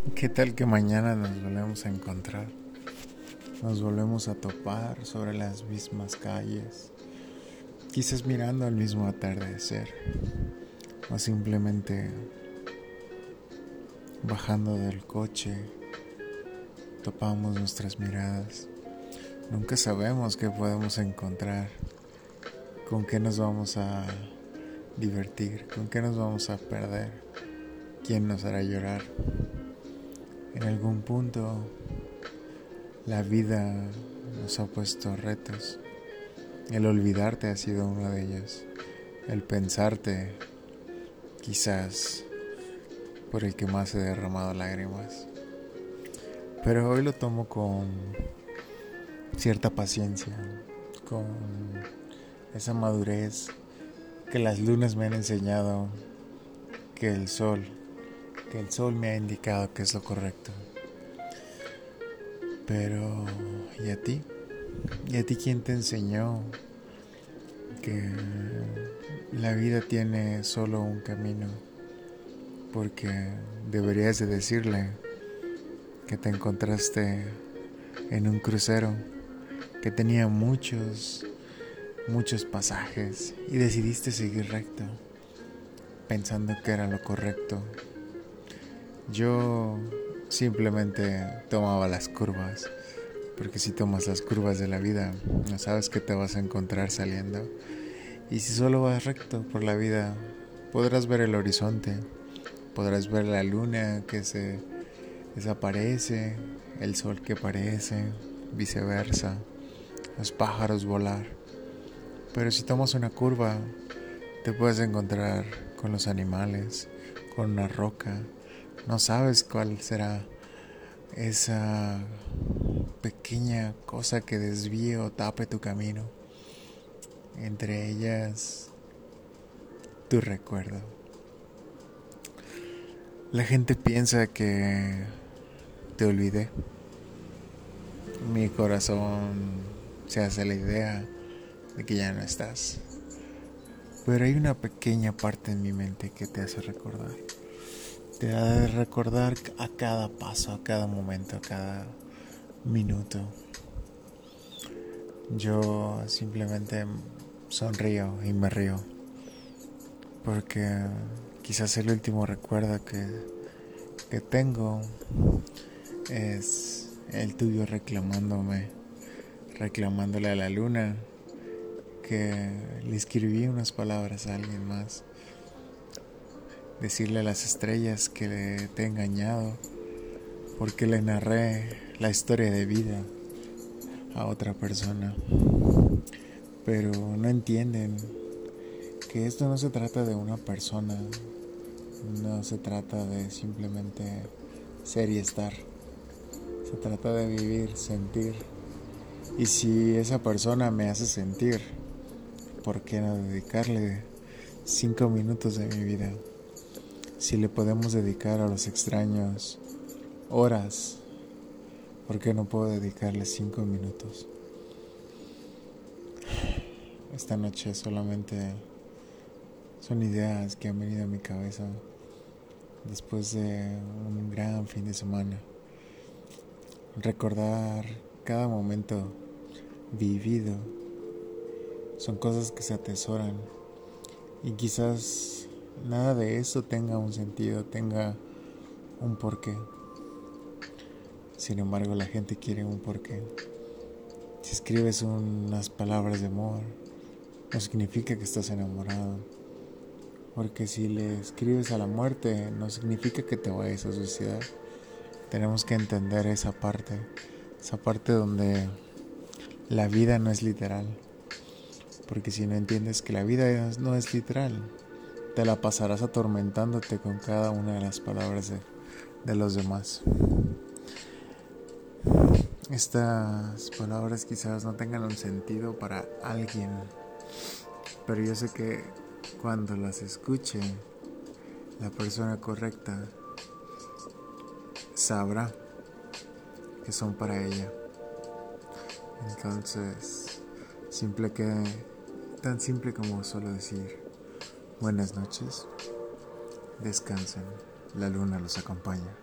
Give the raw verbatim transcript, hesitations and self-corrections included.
¿Qué tal que mañana nos volvemos a encontrar? Nos volvemos a topar sobre las mismas calles, quizás mirando al mismo atardecer, o simplemente bajando del coche, topamos nuestras miradas. Nunca sabemos qué podemos encontrar, con qué nos vamos a divertir, con qué nos vamos a perder, quién nos hará llorar. En algún punto la vida nos ha puesto retos. El olvidarte ha sido uno de ellos. El pensarte, quizás por el que más he derramado lágrimas. Pero hoy lo tomo con cierta paciencia, con esa madurez que las lunas me han enseñado, que el sol, que el sol me ha indicado que es lo correcto. Pero, ¿y a ti? ¿Y a ti quién te enseñó que la vida tiene solo un camino? Porque deberías de decirle que te encontraste en un crucero que tenía muchos, muchos pasajes y decidiste seguir recto, pensando que era lo correcto. Yo simplemente tomaba las curvas, porque si tomas las curvas de la vida, no sabes qué te vas a encontrar saliendo. Y si solo vas recto por la vida, podrás ver el horizonte, podrás ver la luna que se desaparece, el sol que aparece, viceversa, los pájaros volar. Pero si tomas una curva, te puedes encontrar con los animales, con una roca. No sabes cuál será esa pequeña cosa que desvíe o tape tu camino. Entre ellas, tu recuerdo. La gente piensa que te olvidé. Mi corazón se hace la idea de que ya no estás. Pero hay una pequeña parte en mi mente que te hace recordar. Te ha de recordar a cada paso, a cada momento, a cada minuto. Yo simplemente sonrío y me río, porque quizás el último recuerdo que, que tengo es el tuyo reclamándome, reclamándole a la luna que le escribí unas palabras a alguien más. Decirle a las estrellas que le, te he engañado porque le narré la historia de vida a otra persona. Pero no entienden que esto no se trata de una persona, no se trata de simplemente ser y estar. Se trata de vivir, sentir. Y si esa persona me hace sentir, ¿por qué no dedicarle cinco minutos de mi vida? Si le podemos dedicar a los extraños horas, ¿por qué no puedo dedicarle cinco minutos? Esta noche solamente son ideas que han venido a mi cabeza después de un gran fin de semana. Recordar cada momento vivido son cosas que se atesoran, y quizás nada de eso tenga un sentido, tenga un porqué. Sin embargo, la gente quiere un porqué. Si escribes unas palabras de amor, no significa que estás enamorado. Porque si le escribes a la muerte, no significa que te vayas a suicidar. Tenemos que entender esa parte, esa parte donde la vida no es literal. Porque si no entiendes que la vida no es literal, te la pasarás atormentándote con cada una de las palabras de, de los demás. Estas palabras quizás no tengan un sentido para alguien, pero yo sé que cuando las escuche la persona correcta, sabrá que son para ella. Entonces, simple que, tan simple como solo decir buenas noches, descansen, la luna los acompaña.